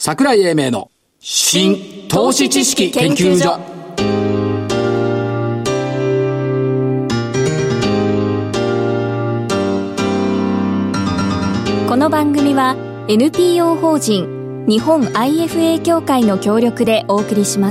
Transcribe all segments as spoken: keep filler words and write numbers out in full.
桜井英明の新投資知識研究所。 この番組は エヌピーオー 法人日本 アイエフエー 協会の協力でお送りします。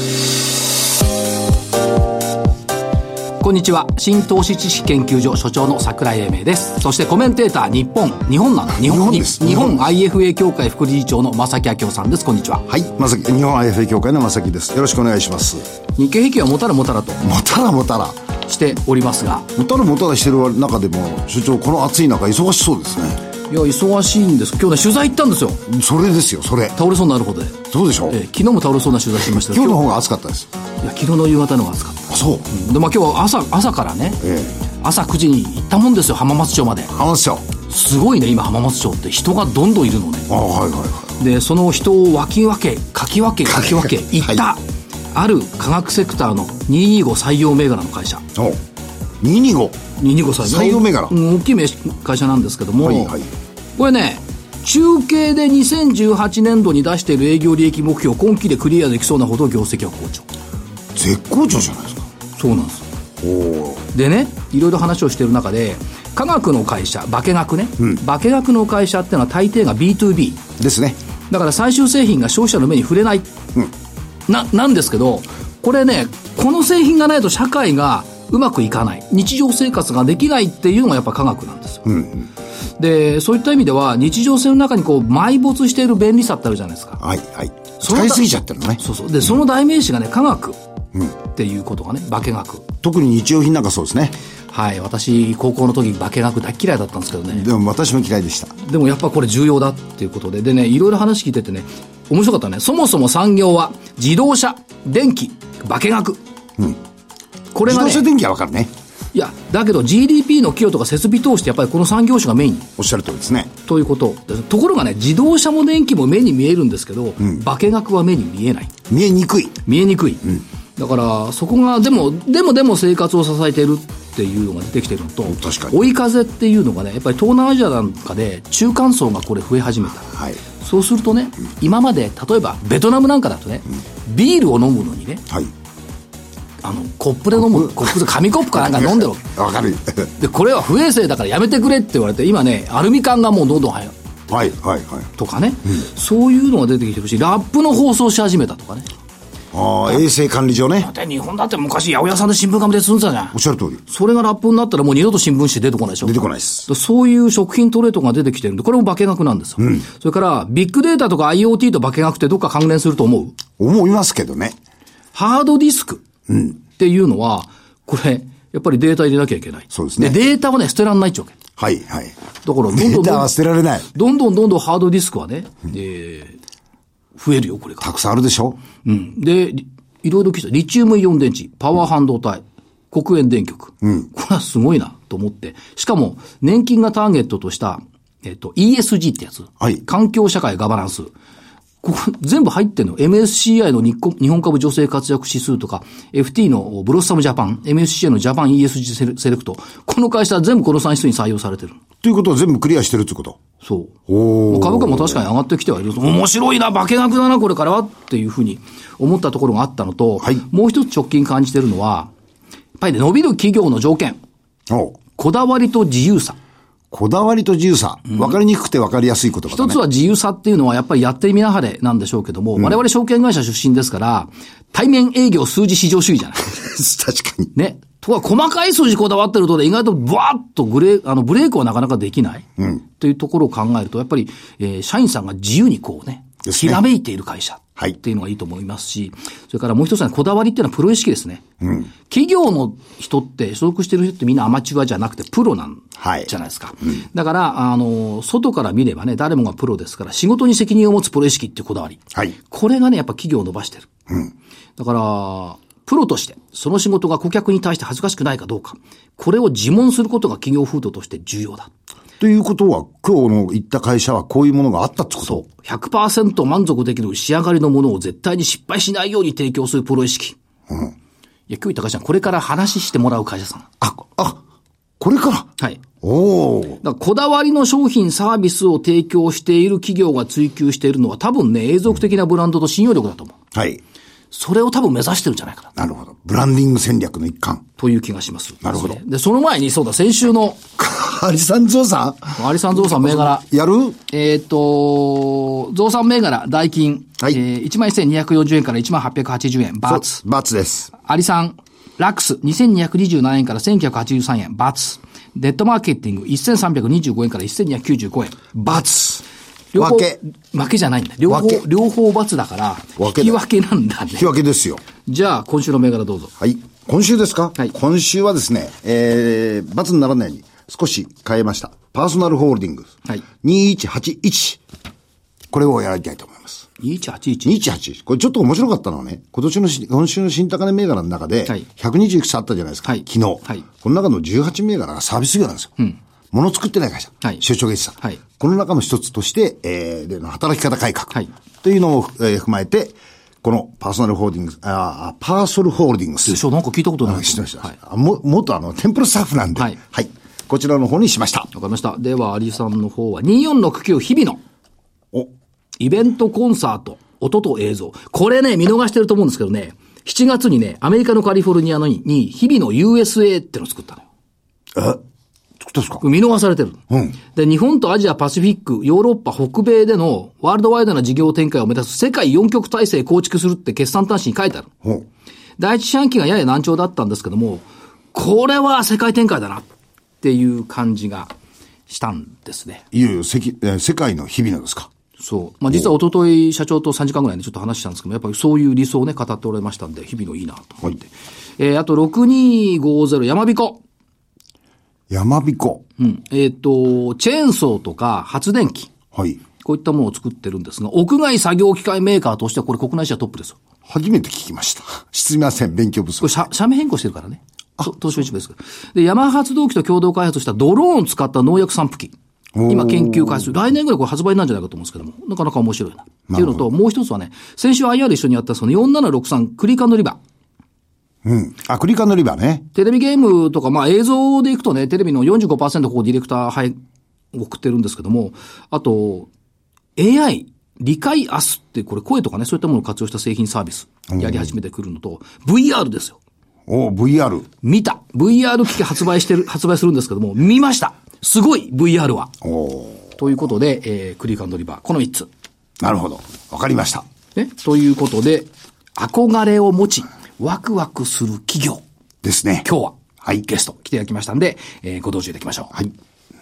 こんにちは。新投資知識研究所所長の桜井英明です。そしてコメンテーター日本日本なの日本、日本です。日本 アイエフエー 協会副理事長の正木明夫さんです。こんにちは。 はい、正木、日本 アイエフエー 協会の正木です。よろしくお願いします。 日経平均はもたらもたらともたらもたらしておりますが、 もたらもたらしてる中でも所長、この暑い中忙しそうですね。 いや忙しいんです。今日ね取材行ったんですよ。 それですよ、それ倒れそうになるほどで。 そうでしょう、 えー、昨日も倒れそうな取材してました。 今日の方が暑かったです。 いや昨日の夕方の方が暑かった。 あ、そう、 うん、でまあ今日は朝朝からね、ええ、朝くじに行ったもんですよ、浜松町まで。 浜松町すごいね、今浜松町って人がどんどんいるのね。 あ、はいはいはい。 でその人を分け分けかき分けかき分け行った、はい、ある科学セクターのにひゃくにじゅうご採用銘柄の会社。 おにひゃくにじゅうごにひゃくにじゅうご採用銘柄、 うん、大きい会社なんですけども、 はいはい、 これね中継でにせんじゅうはちねんどに出している営業利益目標を今期でクリアできそうなほど業績は好調。 絶好調じゃないですか。 そうなんです。 おでね、いろいろ話をしている中で科学の会社、化学ね、うん、化学の会社っていうのは大抵が ビーツービーですね。 だから最終製品が消費者の目に触れない、うん、な, なんですけど、これね、この製品がないと社会がうまくいかない、日常生活ができないっていうのがやっぱ科学なんですよ、うんうん、でそういった意味では日常性の中にこう埋没している便利さってあるじゃないですか。 はいはい。使いすぎちゃってるのね。 そうそう。で、うん、その代名詞がね科学っていうことがね、化学。 特に日用品なんかそうですね。 はい、私高校の時化学大嫌いだったんですけどね。 でも私も嫌いでした。 でもやっぱこれ重要だっていうことで、でね、いろいろ話聞いててね、面白かったね。そもそも産業は自動車、電気、化学、うん、これがね、 自動車電気は分かるね。 いやだけど ジーディーピー の寄与とか設備投資ってやっぱりこの産業種がメイン。 おっしゃる通りですね。 ということところがね、自動車も電気も目に見えるんですけど、うん、化学は目に見えない。 見えにくい見えにくい、うん、だからそこがでもでもでも生活を支えているっていうのが出てきてるのと、 確かに追い風っていうのがね、やっぱり東南アジアなんかで中間層がこれ増え始めた、はい、そうするとね、うん、今まで例えばベトナムなんかだとね、うん、ビールを飲むのにね、はい、あのコップで飲む、コップで紙コップかなんか飲んでるわかるでこれは不衛生だからやめてくれって言われて、今ねアルミ缶がもうどんどん入る、 はいはいはい、 とかね、うん、そういうのが出てきてるし、ラップの放送し始めたとかね。 ああ、衛生管理上ね。 だって日本だって昔八百屋さんで新聞紙で積んでたじゃん。 おっしゃる通り。 それがラップになったらもう二度と新聞紙出てこないでしょ。 出てこないです。 そういう食品トレードが出てきてるんで、これも化学なんですよ、うん、それからビッグデータとか アイオーティー と化学ってどっか関連すると思う？ 思いますけどね。 ハードディスクっていうのは、これやっぱりデータ入れなきゃいけない。 そうですね。 でデータはね捨てられないっちゃうわけ。 はいはい。 だからどんどんどんどんデータは捨てられない。 どんどんどんどんハードディスクはね、うん、えー、増えるよこれが。 たくさんあるでしょ。 うん。でいろいろ聞いた。リチウムイオン電池、パワー半導体、黒鉛電極、うん、これはすごいなと思って、しかも年金がターゲットとしたえっと イーエスジー ってやつ、はい、環境社会ガバナンス、ここ全部入ってんの。 エムエスシーアイ の日本株女性活躍指数とか エフティー のブロッサムジャパン、 エムエスシーアイ のジャパン イーエスジー セレクト、この会社は全部この算出に採用されてるということは全部クリアしてるってこと。 そう。お株価も確かに上がってきてはいる。面白いな、化学だなこれからはっていうふうに思ったところがあったのと、はい、もう一つ直近感じてるのはやっぱり、ね、伸びる企業の条件、おこだわりと自由さ。 こだわりと自由さ、分かりにくくて分かりやすい言葉だね。 一つは自由さっていうのはやっぱりやってみなはれなんでしょうけども、うん、我々証券会社出身ですから対面営業数字至上主義じゃない確かにね。とは細かい数字こだわってると、ね、意外とバーッとグレーあのブレークはなかなかできない、うん、というところを考えると、やっぱり、えー、社員さんが自由にこうねひらめいている会社っていうのがいいと思いますし、はい、それからもう一つはこだわりっていうのはプロ意識ですね、うん、企業の人って所属してる人ってみんなアマチュアじゃなくてプロなんじゃないですか、はい、うん、だからあの外から見ればね誰もがプロですから、仕事に責任を持つプロ意識っていうこだわり、はい、これがねやっぱ企業を伸ばしてる、うん、だからプロとしてその仕事が顧客に対して恥ずかしくないかどうか、これを自問することが企業風土として重要だということは、今日の言った会社はこういうものがあったってこと？ そう。ひゃくパーセント 満足できる仕上がりのものを絶対に失敗しないように提供するプロ意識。うん。いや、今日言った会社はこれから話してもらう会社さん。 あ、あ、 これから。 はい。 おー。 だからこだわりの商品サービスを提供している企業が追求しているのは多分ね、永続的なブランドと信用力だと思う。 はい。 それを多分目指してるんじゃないかな。 なるほど。ブランディング戦略の一環。 という気がします。 なるほど。 で、その前に、そうだ、先週の。 アリサンゾウさんアリサンゾウさん銘柄。 やるえっ、ー、と、ゾウさん銘柄、代金。はい。えー、いちまんせんにひゃくよんじゅうえんからいちまんはっぴゃくはちじゅうえん。バツ。 バツです。 アリさん、ラックス、にせんにひゃくにじゅうななえんからせんきゅうひゃくはちじゅうさんえん。バツ。ネットマーケティング、せんさんびゃくにじゅうごえんからせんにひゃくきゅうじゅうごえん。 バツ。 両方、 分け。 負けじゃないんだ。両方、両方罰だから、引き分けなんだね。 引き分けですよ。 じゃあ、今週の銘柄どうぞ。 はい。今週ですか？ はい。 今週はですね、えー、罰にならないように少し変えました。パーソナルホールディングス。 はい。 にいちはちいち。これをやりたいと思います。 にいちはちいち。 にいちはちいち。これちょっと面白かったのはね、今年のし、今週の新高値銘柄の中で、ひゃくにじゅういくつあったじゃないですか。はい。昨日。はい。この中のじゅうはち銘柄がサービス業なんですよ。うん。物作ってない会社。はい。出張月さん。はい。この中の一つとして、えー、例の働き方改革。はい。というのを、えー、踏まえて、このパーソナルホールディングス、あパーソルホールディングス。 でしょ、なんか聞いたことない。 知ってました。はい。あも、元あの、テンプルスタッフなんで。はい。はい。こちらの方にしました。わかりました。では、アリさんの方は、にーよんろくきゅう日々の。 お。 イベントコンサート、音と映像。これね、見逃してると思うんですけどね、しちがつにね、アメリカのカリフォルニアのに、に日々の ユーエスエー ってのを作ったのよ。 え作ったんですか？ 見逃されてる。 うん。 で、日本とアジア、パシフィック、ヨーロッパ、北米でのワールドワイドな事業展開を目指す世界よん極体制構築するって決算端子に書いてある。 うん。 第一四半期がやや難聴だったんですけども、これは世界展開だなっていう感じがしたんですね。 いよいよ世世界の日々のですか？ そう。まあ、実は一昨日社長とさんじかんぐらいでちょっと話したんですけども、やっぱりそういう理想をね、語っておられましたんで、日々のいいなと思って。はい、えー、あとろくにごゼロ山彦。 山彦。 うん。えっ、ー、と、チェーンソーとか発電機。 はい。 こういったものを作ってるんですが、屋外作業機械メーカーとしてはこれ国内シェアトップですよ。 初めて聞きました。すみません、勉強不足。 これ社、社名変更してるからね。あ、東証一部ですから。で、ヤマハ発動機と共同開発したドローンを使った農薬散布機。今研究開始。来年ぐらいこれ発売なんじゃないかと思うんですけども、なかなか面白いな。っていうのと、もう一つはね、先週 アイアール 一緒にやったそのよんななろくさんクリカンドリバー。 うん。あ、クリカンドリバーね。 テレビゲームとか、まあ映像でいくとね、テレビの よんじゅうごパーセント ここディレクター、はい、送ってるんですけども、あと、エーアイ、理解アスってこれ声とかね、そういったものを活用した製品サービスやり始めてくるのと、ブイアール ですよ。 お ブイアール。 見た。ブイアール 機器発売してる、発売するんですけども、見ました。すごい ブイアール は。 おということで、えー、クリカンドリバー。このみっつ。 なるほど。わかりました。 ね。ということで、憧れを持ち、ワクワクする企業。 ですね。 今日は、 はい。 ゲスト来ていただきましたんで、えー、ご同時いただきましょう。 はい。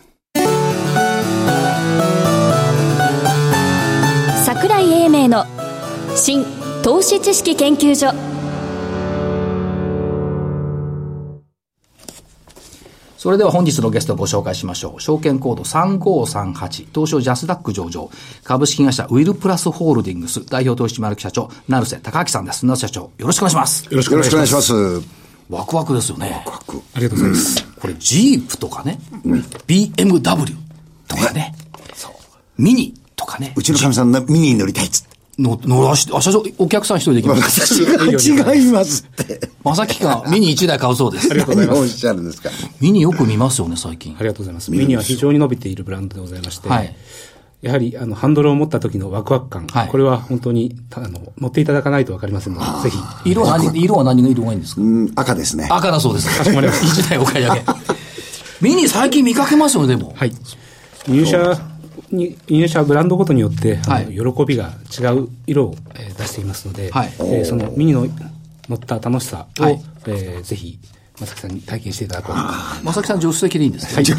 桜井英明の新投資知識研究所。 それでは本日のゲストをご紹介しましょう。証券コードさんごさんはち、東証ジャスダック上場、株式会社ウィルプラスホールディングス代表取締役社長、成瀬隆明さんです。成瀬社長、よろしくお願いします。 よろしくお願いします。 ワクワクですよね。 ワクワク。 ありがとうございます。 これジープとかね、うん、ビーエムダブリュー とかね、ねそうミニとかね。 うちのかみさんのミニに乗りたいっつって。 の、乗らして、あ、社長、お客さん一人で行きます。 私が違いますって。 まさきか、ミニ一台買うそうです。 ありがとうございます。 何をおっしゃるんですか。 ミニよく見ますよね、最近。 ありがとうございます。ミニは非常に伸びているブランドでございまして、はい、やはり、あの、ハンドルを持った時のワクワク感、はい、これは本当に、あの、乗っていただかないとわかりませんので、ぜひ。 色は何、色は何が色がいいんですか？ うん、赤ですね。 赤だそうです。 かしこまりました。 一台お買い上げ。ミニ最近見かけますよね、でも。 はい。入社、に入社ブランドごとによって、はい、あの喜びが違う色を、えー、出していますので、はいえー、そのミニの乗った楽しさを、はいえー、ぜひ正木さんに体験していただこうと。 正木さん助手席でいいんですか？はい。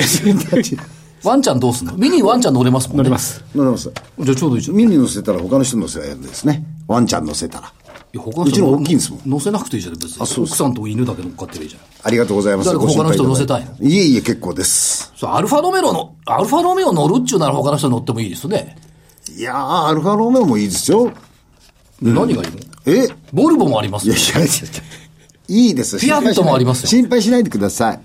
ワンちゃんどうすんの？ミニワンちゃん乗れますもんね。 乗れます。 乗れます。 じゃあちょうどいいじゃん。 ミニ乗せたら他の人乗せるんですね。ワンちゃん乗せたら。 いや他の人うちの大きいんですもん。乗せなくていいじゃん別に。あ、そう奥さんと犬だけ乗っかってるじゃん。 ありがとうございます。 誰か他の人乗せたいの？ いえいえ結構です。 そうアルファロメオのアルファロメオ乗るっちゅうなら他の人乗ってもいいですよね。 いやーアルファロメオもいいですよ。 うん、何がいいの？ え？ ボルボもありますよ。 いやいやいやいいです。 フィアットもありますよ。 心配しないでください。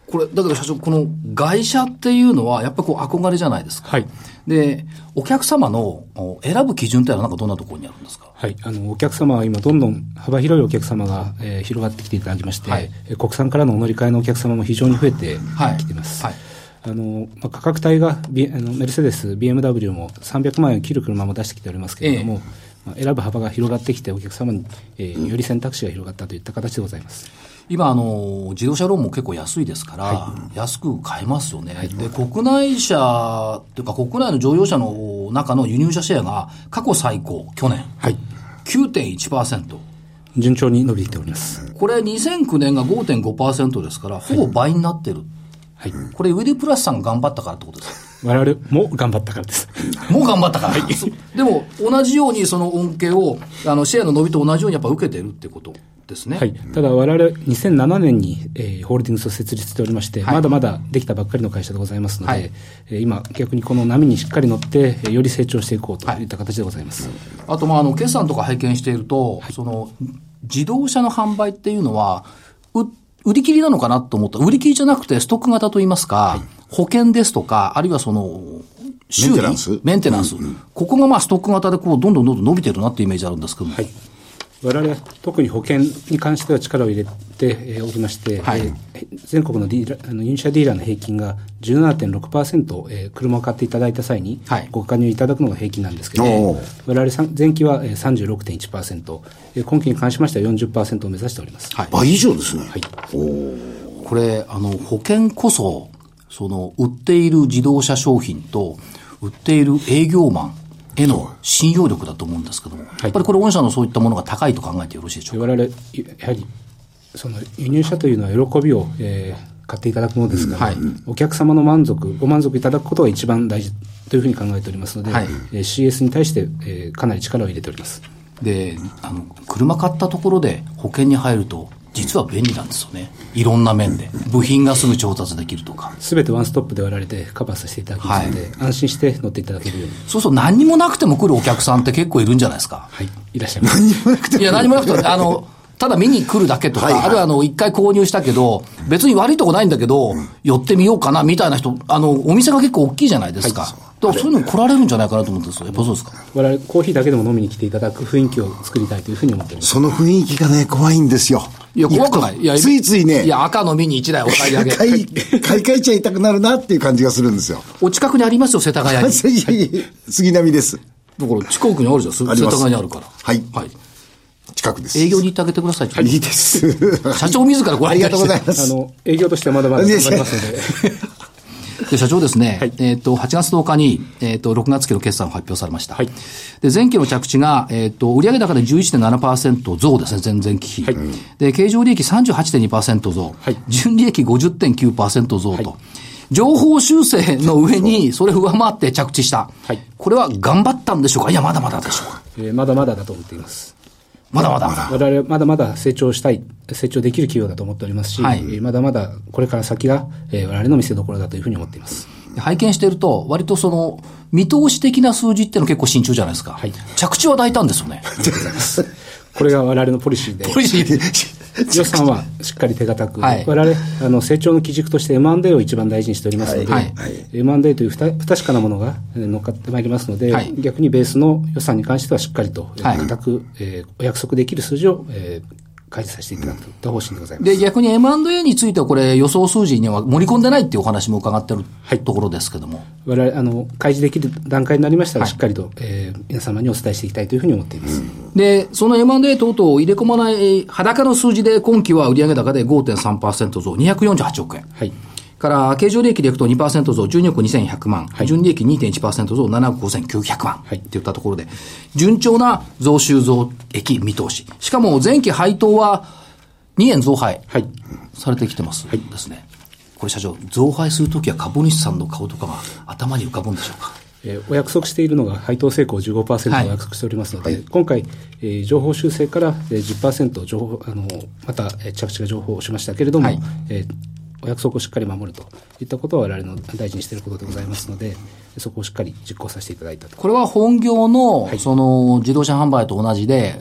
これ、だけど社長、この外車っていうのは、やっぱりこう憧れじゃないですか。 はい。 で、お客様の選ぶ基準っていうのはなんかどんなところにあるんですか？ はい。あの、お客様は今どんどん幅広いお客様が、えー、広がってきていただきまして、はい、国産からのお乗り換えのお客様も非常に増えてきています。はい。はいあの、まあ、価格帯が、B、あのメルセデス、ビーエムダブリュー もさんびゃくまんえんを切る車も出してきておりますけれども、ええまあ、選ぶ幅が広がってきてお客様に、えー、より選択肢が広がったといった形でございます。 今、あの、自動車ローンも結構安いですから、はい、安く買えますよね。はい、で、国内車というか国内の乗用車の中の輸入車シェアが過去最高、去年。はい。きゅうてんいちパーセント。 順調に伸びております。 これにせんきゅうねんが ごてんごパーセント ですから、ほぼ倍になってる。はい。これ、ウィディプラスさんが頑張ったからってことですか？ 我々も頑張ったからです。 もう頑張ったから。はい、でも、同じようにその恩恵を、あの、シェアの伸びと同じようにやっぱ受けてるってことですね。 はい。ただ、我々にせんななねんに、えー、ホールディングスを設立しておりまして、はい、まだまだできたばっかりの会社でございますので、はいえー、今、逆にこの波にしっかり乗って、えー、より成長していこうといった形でございます。はい、 あと、まあ、あの、決算とか拝見していると、はい、その、自動車の販売っていうのは、う売り切りなのかなと思った。売り切りじゃなくてストック型といいますか、はい、保険ですとか、あるいはその、修理メンテナンスメンテナンス、うんうん。ここがまあストック型でこう、どんどんどんどん伸びてるなっていうイメージあるんですけども。はい。 我々は特に保険に関しては力を入れておりまして、はいえー、全国のディーラー、あの輸入車ディーラーの平均が じゅうななてんろくパーセント、えー、車を買っていただいた際にご加入いただくのが平均なんですけど、はい、我々前期は さんじゅうろくてんいちパーセント、今期に関しましては よんじゅっパーセント を目指しております。 はい、倍以上ですね。 はい、おこれあの保険こそその売っている自動車商品と売っている営業マンへの信用力だと思うんですけども、はい、やっぱりこれ御社のそういったものが高いと考えてよろしいでしょうか。 我々やはりその輸入車というのは喜びを、えー、買っていただくものですから、はい、お客様の満足ご満足いただくことが一番大事というふうに考えておりますので、はいえー、シーエス に対して、えー、かなり力を入れております。 で、あの車買ったところで保険に入ると実は便利なんですよね。いろんな面で部品がすぐ調達できるとか、 すべてワンストップで我々でカバーさせていただきますので、はい、安心して乗っていただけるように。 そうそう、何にもなくても来るお客さんって結構いるんじゃないですか。 はい、いらっしゃいます。 何にもなくてもいや何もなくてもあのただ見に来るだけとか、はいはい、あるいはあの一回購入したけど別に悪いとこないんだけど、うん、寄ってみようかなみたいな人、あのお店が結構大きいじゃないですか。はい、だからそういうの来られるんじゃないかなと思ってるんですよ。やっぱそうですか。 我々コーヒーだけでも飲みに来ていただく雰囲気を作りたいというふうに思っております。 その雰囲気がね怖いんですよ。 いや怖くない。いやついついね、 いや赤のミニいちだいお買い上げ買い買い替えちゃいたくなるなっていう感じがするんですよ。 お近くにありますよ、世田谷に。 杉並です。 だから近くにあるじゃん、世田谷にあるから。 はい。はい。近くです。 営業に行ってあげてください。 はい、いいです。 社長自らご覧いただきありがとうございます。 あの営業としてはまだまだ頑張りますので。 で社長ですね、はい、えっ、ー、と、はちがつとおかに、えっ、ー、と、ろくがつ期の決算を発表されました。はい、で、前期の着地が、えっ、ー、と、売上高で じゅういってんななパーセント 増ですね、前々期比。はい、で、経常利益 さんじゅうはちてんにパーセント 増、はい、純利益 ごじゅってんきゅうパーセント 増と、はい、情報修正の上にそれを上回って着地した。はい、これは頑張ったんでしょうか？いや、まだまだでしょうか？ えー、まだまだだと思っています。 まだまだ。 我々まだまだ成長したい、成長できる企業だと思っておりますし、はい、まだまだこれから先が、えー、我々の見せ所だというふうに思っています。 拝見していると、割とその、見通し的な数字っていうのは結構慎重じゃないですか。はい、着地は大胆ですよね。 これが我々のポリシーで。 ポリシーで。 予算はしっかり手堅く。はい、我々、あの、成長の基軸として エムアンドエー を一番大事にしておりますので、はいはい、エムアンドエー という不確かなものが乗っかってまいりますので、はい、逆にベースの予算に関してはしっかりと、固く、はい、えー、お約束できる数字を、えー開示させていただくといった方針でございます。 で、逆に エムアンドエー についてはこれ予想数字には盛り込んでないっていうお話も伺ってるところですけども。 我々、あの、開示できる段階になりましたら、しっかりと、はい、えー、皆様にお伝えしていきたいというふうに思っています。うん、 で、その エムアンドエー 等々を入れ込まない裸の数字で今期は売上高で ごてんさんパーセント 増にひゃくよんじゅうはちおくえん。はい。から経常利益でいくと にパーセント 増じゅうにおくにせんひゃくまん、はい、純利益 にてんいちパーセント 増ななおくごせんきゅうひゃくまん、はい、っていったところで順調な増収増益見通し。しかも前期配当はにえん増配されてきてますですね。はい、これ社長、増配するときは株主さんの顔とかが頭に浮かぶんでしょうか？ えー、お約束しているのが配当成功 じゅうごパーセント をお約束しておりますので、はい、今回、えー、情報修正から、えー、じゅっパーセント 情報あのまた、えー、着地が情報をしましたけれども、はい、えーお約束をしっかり守るといったことは我々の大事にしていることでございますので、そこをしっかり実行させていただいたと。 これは本業の、はい、その自動車販売と同じで、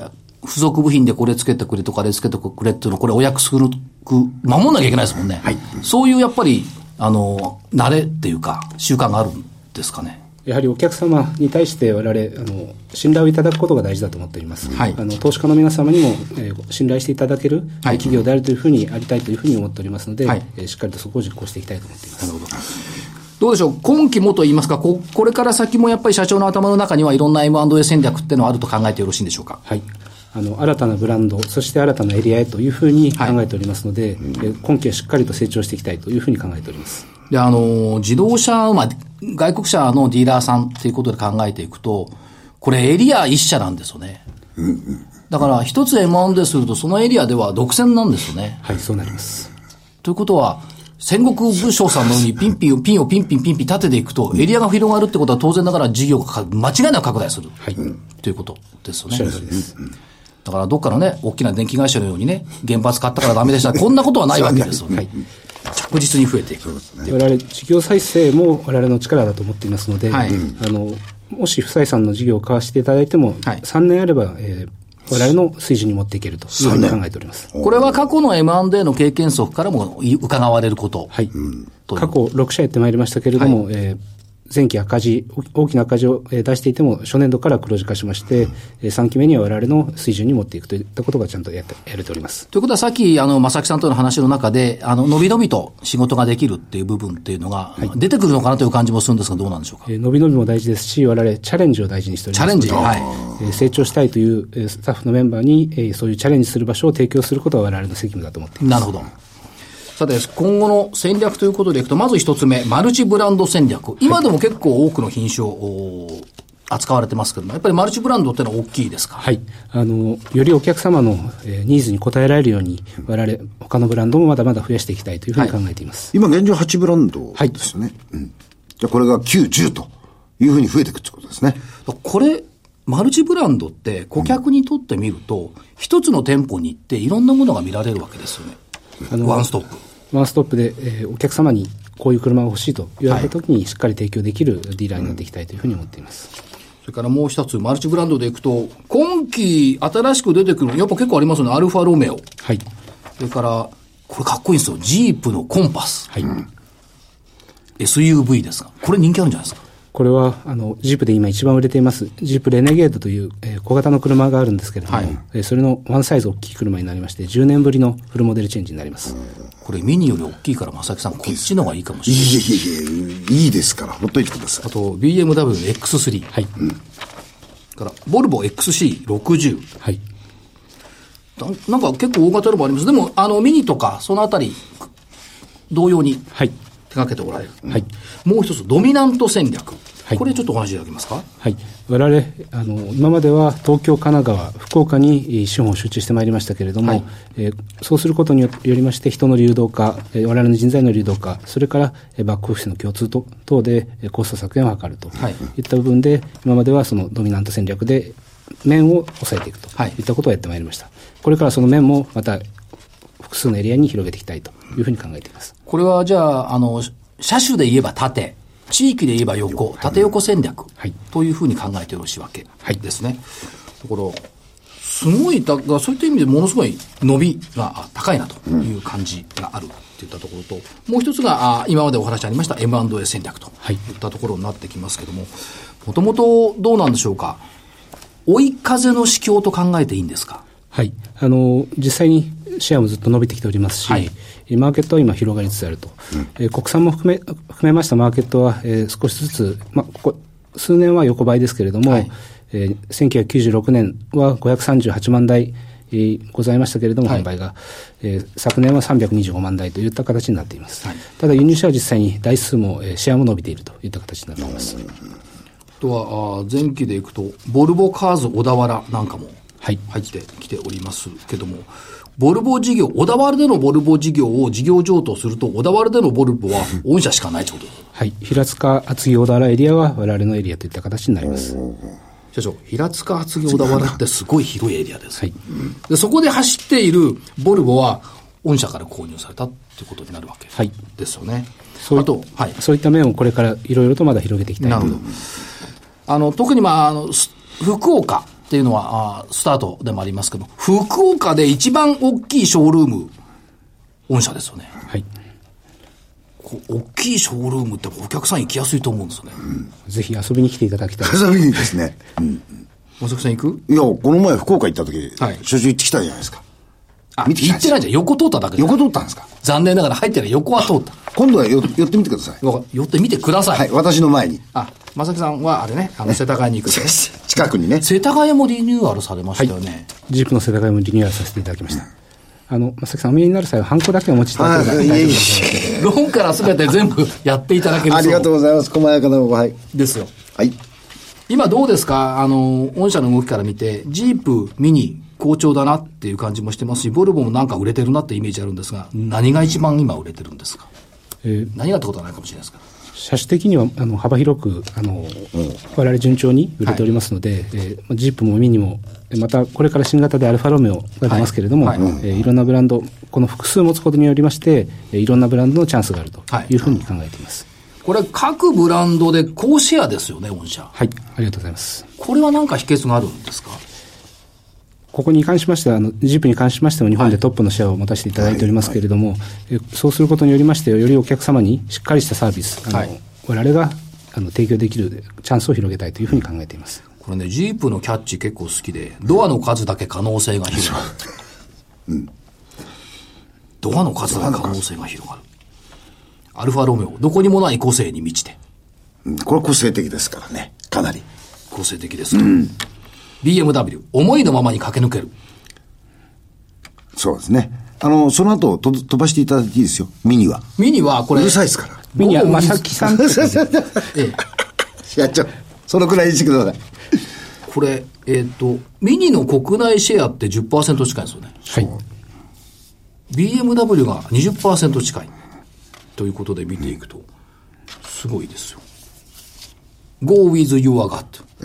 付属部品でこれつけてくれとか、あれつけてくれっていうのを、これお約束、守んなきゃいけないですもんね。はい。そういうやっぱり、あの、慣れっていうか、習慣があるんですかね。 やはりお客様に対して我々、あの、信頼をいただくことが大事だと思っております。はい。あの、投資家の皆様にも、えー、信頼していただける、はい、企業であるというふうにありたいというふうに思っておりますので、はい、えー、しっかりとそこを実行していきたいと思っています。なるほど。 どうでしょう、今期もといいますか、こ、これから先もやっぱり社長の頭の中にはいろんな エムアンドエー 戦略っていうのはあると考えてよろしいんでしょうか。 はい。あの、新たなブランド、そして新たなエリアへというふうに考えておりますので、はい、え今期はしっかりと成長していきたいというふうに考えております。 で、あの、自動車、まあ、外国車のディーラーさんっていうことで考えていくと、これエリア一社なんですよね。うんうん、だから一つ エムアンドエー するとそのエリアでは独占なんですよね。 はい、そうなります。 ということは、戦国武将さんのようにピンピンをピンをピンピンピンピン立てていくと、エリアが広がるってことは当然ながら事業が間違いなく拡大する。はい。ということですよね。そうです。だからどっかのね、大きな電気会社のようにね、原発買ったからダメでした。こんなことはないわけですよね。はい。着実に増えていく。 我々、事業再生も我々の力だと思っていますので、はい、あの、もし不採算の事業を買わせていただいても、はい、さんねんあれば、えー我々の水準に持っていけるというふうに考えております。 これは過去の エムアンドエー の経験則からも伺われること。 はい。うん、過去ろく社やってまいりましたけれども、はい、えー前期赤字、大きな赤字を出していても、初年度から黒字化しまして、うん、さんきめには我々の水準に持っていくといったことがちゃんとやって、やれております。 ということは、さっき、あの、正木さんとの話の中で、あの、伸び伸びと仕事ができるっていう部分っていうのが、はい、出てくるのかなという感じもするんですが、どうなんでしょうか。 えー、伸び伸びも大事ですし、我々、チャレンジを大事にしておりますので。 チャレンジ、はい。 えー、成長したいというスタッフのメンバーに、えー、そういうチャレンジする場所を提供することは我々の責務だと思っています。 なるほど。さて、今後の戦略ということでいくと、まず一つ目、マルチブランド戦略。今でも結構多くの品種を扱われてますけども、やっぱりマルチブランドってのは大きいですか？ はい。あの、よりお客様の、えー、ニーズに応えられるように、我々、他のブランドもまだまだ増やしていきたいというふうに考えています。 はい、今現状はちブランドですね。はい。うん。じゃあこれがきゅう、じゅうというふうに増えていくということですね。 これ、マルチブランドって顧客にとってみると、一、うん、つの店舗に行っていろんなものが見られるわけですよね。あの、ワンストップ。 ワンストップで、えー、お客様にこういう車が欲しいと言われたときにしっかり提供できるディーラーになっていきたいというふうに思っています。うん、 それからもう一つ、マルチブランドでいくと、今期新しく出てくる、やっぱ結構ありますよね。アルファロメオ。はい。それから、これかっこいいんですよ。ジープのコンパス。はい。うん、エスユーブイ ですが、これ人気あるんじゃないですか？ これは、あの、ジープで今一番売れています、ジープレネゲードという、えー、小型の車があるんですけれども、はい、えー、それのワンサイズ大きい車になりまして、じゅうねんぶりのフルモデルチェンジになります。 これミニより大きいから、正木さん、こっちの方がいいかもしれない。いやいやいや、いいですから、ほっといてください。 あと、ビーエムダブリュー の エックススリー。はい。うん、から、ボルボ エックスシーろくじゅう。はい。な, なんか結構大型のもあります。でも、あの、ミニとか、そのあたり、同様に。はい。手掛けておられる。はい。もう一つ、ドミナント戦略。はい、これちょっとお話しいただけますか？ はい。我々、あの、今までは東京、神奈川、福岡に資本を集中してまいりましたけれども、はい、えー、そうすることによりまして、人の流動化、えー、我々の人材の流動化、それから、えー、バックオフィスの共通と等で、えー、コスト削減を図ると、はい、いった部分で、今まではそのドミナント戦略で面を抑えていくと、はい、いったことをやってまいりました。これからその面もまた複数のエリアに広げていきたいというふうに考えています。 これはじゃあ、あの、車種で言えば縦、地域で言えば横、縦横戦略というふうに考えてよろしいわけですね。だから、すごい、だからそういった意味でものすごい伸びが高いなという感じがあるといったところと、もう一つが、あ今までお話ありました エムアンドエー 戦略といったところになってきますけども、もともとどうなんでしょうか。追い風の市況と考えていいんですか？ はい。あの、実際にシェアもずっと伸びてきておりますし、はい、マーケットは今広がりつつあると。うん、えー、国産も含め、含めましたマーケットは、えー、少しずつ、まあ、ここ数年は横ばいですけれども、はい、えー、せんきゅうひゃくきゅうじゅうろくねんはごひゃくさんじゅうはちまんだい、えー、ございましたけれども、はい、販売が、えー、昨年はさんびゃくにじゅうごまんだいといった形になっています。はい、ただ輸入車は実際に台数も、えー、シェアも伸びているといった形になっています。 あとは、前期でいくと、ボルボカーズ小田原なんかも入ってきておりますけども、はい、ボルボ事業、小田原でのボルボ事業を事業譲渡すると、小田原でのボルボは御社しかないということです。 はい。平塚厚木小田原エリアは我々のエリアといった形になります。 社長、平塚厚木小田原ってすごい広いエリアです。はい。で、そこで走っているボルボは、御社から購入されたということになるわけですよね。はい、 そうあと、はい。そういった面をこれからいろいろとまだ広げていきたいと。なるほど。 あの、特にまあ、あの、福岡、 っていうのは、あスタートでもありますけど、福岡で一番大きいショールーム、御社ですよね。 はい。 大きいショールームってお客さん行きやすいと思うんですよね。 うん、ぜひ遊びに来ていただきたい。 遊びにですね。うん。 まさきさん行く？ いや、この前福岡行った時、はい、所長行ってきたじゃないですか。 あ、見て行ってないじゃん。横通っただけで。 横通ったんですか？ 残念ながら入ってない横は通った。 今度はよ寄ってみてください。 寄ってみてください。 はい、私の前に。 あ、まさきさんはあれね、あの、世田谷に行く、ね。 近くにね。 世田谷もリニューアルされましたよね。はい、 ジープの世田谷もリニューアルさせていただきました。うん、あの、まさきさんお見えになる際はハンコだけお持ちいただければ大丈夫です。 ローンからすべて全部やっていただけるありがとうございます。細やかなご配。 ですよ。 はい。 今どうですか？あの、御社の動きから見て、ジープ、ミニ、好調だなっていう感じもしてますし、ボルボもなんか売れてるなってイメージあるんですが、何が一番今売れてるんですか？えー、何がってことはないかもしれないですけど。 車種的にはあの幅広くあの、うん、我々順調に売れておりますので、はい、えー、ジープもミニもまたこれから新型でアルファロメオが出ますけれども、はいはい、えー、いろんなブランドこの複数持つことによりましていろんなブランドのチャンスがあるというふうに考えています。 はい、これ各ブランドで高シェアですよね、御社。 はい、ありがとうございます。 これは何か秘訣があるんですか？ ここに関しましては、あの、ジープに関しましても日本でトップのシェアを持たせていただいておりますけれども、はいはいはい、そうすることによりまして、よりお客様にしっかりしたサービス、あの、はい、我々があの提供できるチャンスを広げたいというふうに考えています。 これね、ジープのキャッチ結構好きで、ドアの数だけ可能性が広がる。うん。ドアの数だけ可能性が広がる。アルファロメオ、どこにもない個性に満ちて。 うん、これは個性的ですからね、かなり。 個性的ですか、うん、ビーエムダブリュー、思いのままに駆け抜ける。 そうですね。あの、その後と飛ばしていただいていいですよ。ミニは。 ミニはこれ。 うるさいですから。 ミニはまさきさん。ええ。やっちゃう。そのくらいにしてください。 これ、えっ、ー、と、ミニの国内シェアって じゅっパーセント 近いですよね。 はい。 ビーエムダブリュー が にじゅっパーセント 近い。ということで見ていくと、すごいですよ。Go with your gut。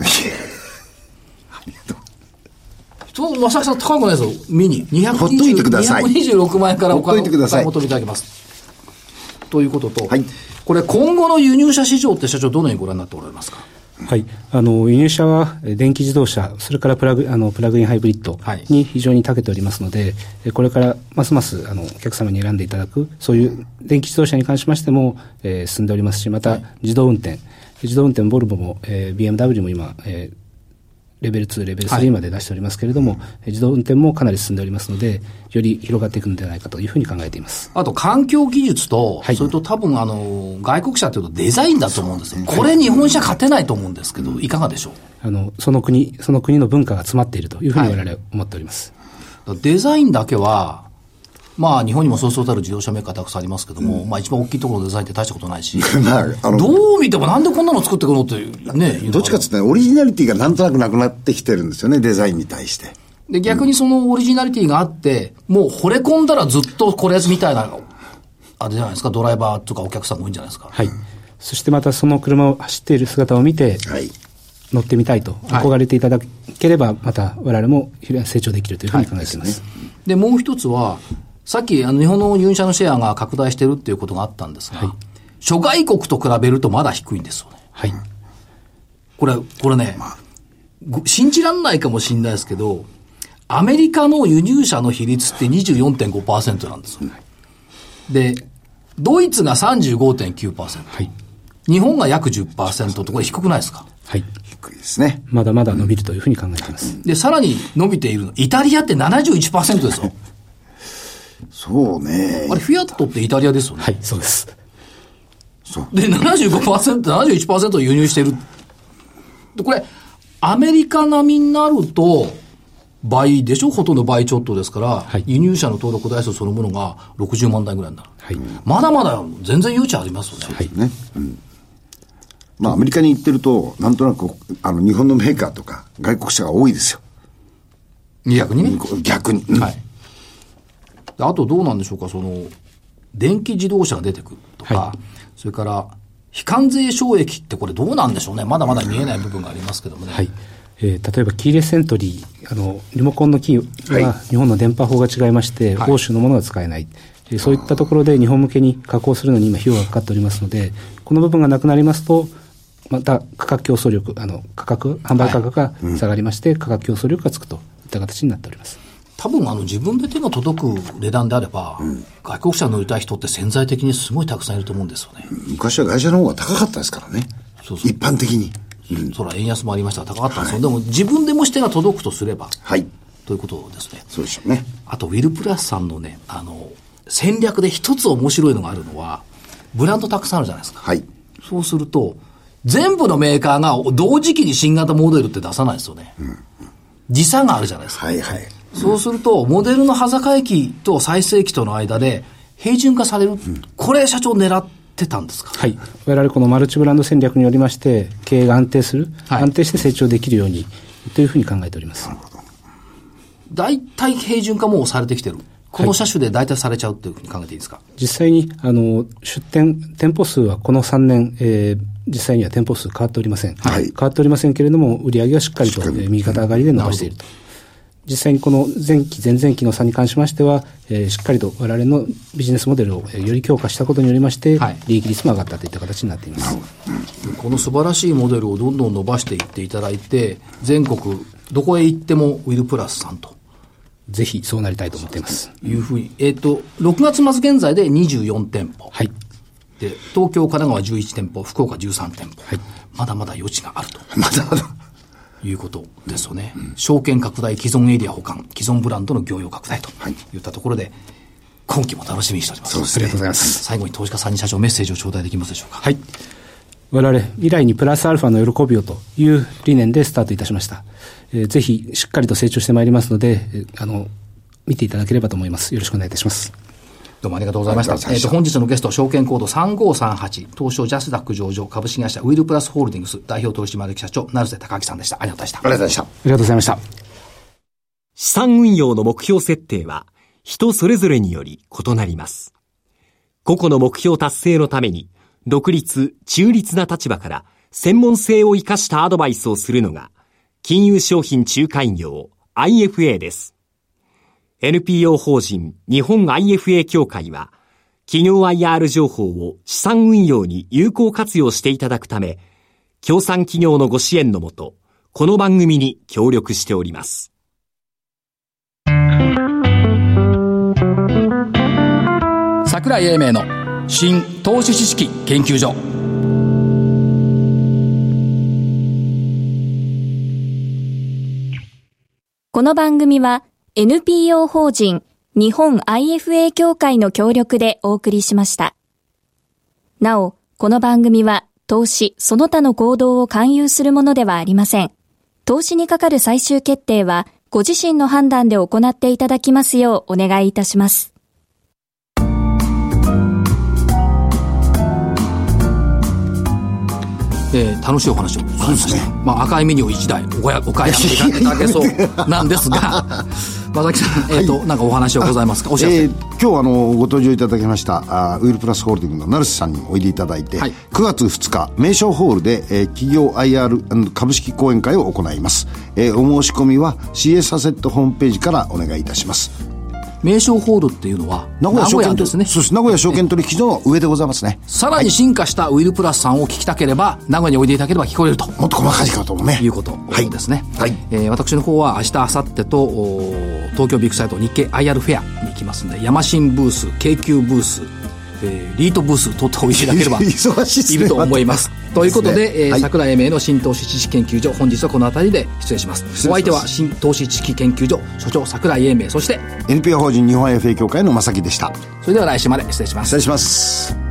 そう、まさきさん高くないですよ。ミニ。にひゃくにじゅう、 ほっといてください。 にひゃくにじゅうろくまん円からお買い求めいただきます。ということと、はい、これ今後の輸入車市場って社長どのようにご覧になっておられますか？ はい。あの、輸入車は電気自動車、それからプラグ、あの、プラグインハイブリッドに非常に長けておりますので、はい、これからますます、あの、お客様に選んでいただく、そういう電気自動車に関しましても、えー、進んでおりますし、また自動運転、はい、自動運転ボルボも、えー、ビーエムダブリュー も今、えーレベルツー、レベルスリーまで出しておりますけれども、はい、自動運転もかなり進んでおりますので、より広がっていくのではないかというふうに考えています。 あと環境技術と、はい、それと多分あの、外国車というとデザインだと思うんですよ。これ日本車勝てないと思うんですけど、いかがでしょう？ あの、その国、その国の文化が詰まっているというふうに我々は思っております。 はい、デザインだけは、まあ日本にもそうそうたる自動車メーカーたくさんありますけども、うん、まあ一番大きいところのデザインって大したことないし、まあ、あのどう見てもなんでこんなの作ってくのっていうね。 どっちかっていうとオリジナリティがなんとなくなくなってきてるんですよね、デザインに対して。 で、逆にそのオリジナリティがあって、もう惚れ込んだらずっとこれみたいな、あれじゃないですか、ドライバーとかお客さんも多いんじゃないですか。 はい。そしてまたその車を走っている姿を見て、はい、乗ってみたいと憧れていただければ、また我々も成長できるというふうに考えています。はい、 で, ね、で、もう一つは、さっきあの日本の輸入車のシェアが拡大してるっていうことがあったんですが、はい、諸外国と比べるとまだ低いんですよね。 はい。 これ、これね、まあ、信じらんないかもしれないですけど、アメリカの輸入車の比率って にじゅうよんてんごパーセント なんですよ。で、ドイツが さんじゅうごてんきゅうパーセント、はい、日本が約 じゅっパーセント とこれ低くないですか？ はい。 低いですね。 まだまだ伸びるというふうに考えています。 で、さらに伸びているの、イタリアって ななじゅういちパーセント ですよ。 そうね。 あれ、フィアットってイタリアですよね。 はい、そうです。 そう。で、ななじゅうごパーセント、ななじゅういちパーセント 輸入してる。で、これ、アメリカ並みになると、倍でしょ？ほとんど倍ちょっとですから、はい、輸入車の登録台数そのものがろくじゅうまんだいぐらいになる。はい、まだまだ全然余地ありますよね。 はいね。うん。まあ、アメリカに行ってると、なんとなく、あの、日本のメーカーとか、外国車が多いですよ。 逆にね。 逆に。うん、はい。 あとどうなんでしょうか、その、電気自動車が出てくるとか、はい、それから、非関税障壁ってこれどうなんでしょうね。まだまだ見えない部分がありますけどもね。 はい。えー、例えばキーレスエントリー、あの、リモコンのキーは日本の電波法が違いまして、はい、欧州のものが使えない。えー、そういったところで日本向けに加工するのに今費用がかかっておりますので、この部分がなくなりますと、 また価格競争力、あの価格販売価格が下がりまして、はい、うん、価格競争力がつくといった形になっております。 多分あの自分で手が届く値段であれば、うん、外国車乗りたい人って潜在的にすごいたくさんいると思うんですよね。 昔は会社の方が高かったですからね。そうそう、一般的に、 うん、そら円安もありましたが高かったんですよ、はい、でも自分でもし手が届くとすれば、 はい、 ということですね。 そうでしょうね。 あとウィルプラスさんのね、あの戦略で一つ面白いのがあるのは、ブランドたくさんあるじゃないですか。 はい。 そうすると全部のメーカーが同時期に新型モデルって出さないですよね、うん、時差があるじゃないですか。 はいはい。 そうするとモデルの端境期と最盛期との間で平準化される、うん、これ社長狙ってたんですか。 はい、我々このマルチブランド戦略によりまして経営が安定する、はい、安定して成長できるようにというふうに考えております。 大体平準化もされてきてる、この車種で大体されちゃうというふうに考えていいですか。 実際にあの出店店舗数はこのさんねん、えー、実際には店舗数変わっておりません、はい、変わっておりませんけれども売上はしっかりとしっかり、えー、右肩上がりで伸ばしていると。実際にこの前期前々期の差に関しましては、えー、しっかりと我々のビジネスモデルをより強化したことによりまして、はい、利益率も上がったといった形になっています。 この素晴らしいモデルをどんどん伸ばしていっていただいて、全国どこへ行ってもウィルプラスさんとぜひそうなりたいと思っています。 いうふうに、えっと、ろくがつ末現在でにじゅうよんてんぽ。 はい。 で、東京、神奈川じゅういちてんぽ、福岡じゅうさんてんぽ。 はい。 まだまだ余地があると。 まだまだ。 いうことですよね。うん、証券拡大、既存エリア保管、既存ブランドの業用拡大といったところで、はい、今期も楽しみにしております。 そうですね。ありがとうございます。 最後に投資家さんに社長メッセージを頂戴できますでしょうか。 はい。我々、未来にプラスアルファの喜びをという理念でスタートいたしました。えー、ぜひ、しっかりと成長してまいりますので、えー、あの、見ていただければと思います。よろしくお願いいたします。 どうもありがとうございました。えっと、本日のゲスト、証券コードさんごさんはち、東証ジャスダック上場株式会社ウィルプラスホールディングス代表取締役社長、成瀬隆明さんでした。ありがとうございました。 ありがとうございました。ありがとうございました。 資産運用の目標設定は、人それぞれにより異なります。個々の目標達成のために、独立、中立な立場から、専門性を生かしたアドバイスをするのが、金融商品仲介業 アイエフエー です。エヌピーオー 法人日本 アイエフエー 協会は、企業 アイアール 情報を資産運用に有効活用していただくため、協賛企業のご支援のもと、この番組に協力しております。 櫻井英明の新投資知識研究所。 この番組はエヌピーオー 法人日本 アイエフエー 協会の協力でお送りしました。なお、この番組は投資その他の行動を勧誘するものではありません。投資にかかる最終決定はご自身の判断で行っていただきますようお願いいたします。 えー、楽しいお話を伺いました。ね、まあ、赤いメニューをいちだいお買い上げいただけそうなんですが正木さん、えーとはい、なんかお話はございますか。お知らせ、えー、 今日あのご登場いただきましたあウィルプラスホールディングの成瀬さんにおいでいただいて、はい、くがつふつか名称ホールで、えー、企業 アイアール 株式講演会を行います。えー、お申し込みは シーエス アセットホームページからお願いいたします。 名称ホールっていうのは名古屋証券ですね。 そうです。名古屋証券取引所の上でございますね。 さらに進化したウィルプラスさんを聞きたければ、名古屋においでいただければ聞こえると。 もっと細かいかとね。 いうことですね。 はい。はい、 えー、私の方は明日、明後日と東京ビッグサイト日経 アイアール フェアに行きますので、ヤマシンブース、京急ブース、えー、リートブース等々おいでいただければいると思います。ということで、で、ね、えーはい、櫻井英明の新投資知識研究所、本日はこの辺りで失礼します。お相手は新投資知識研究所所長櫻井英明、そしてエヌピーオー 法人日本 アイエフエー 協会の正木でした。 それでは来週まで失礼します。 失礼します。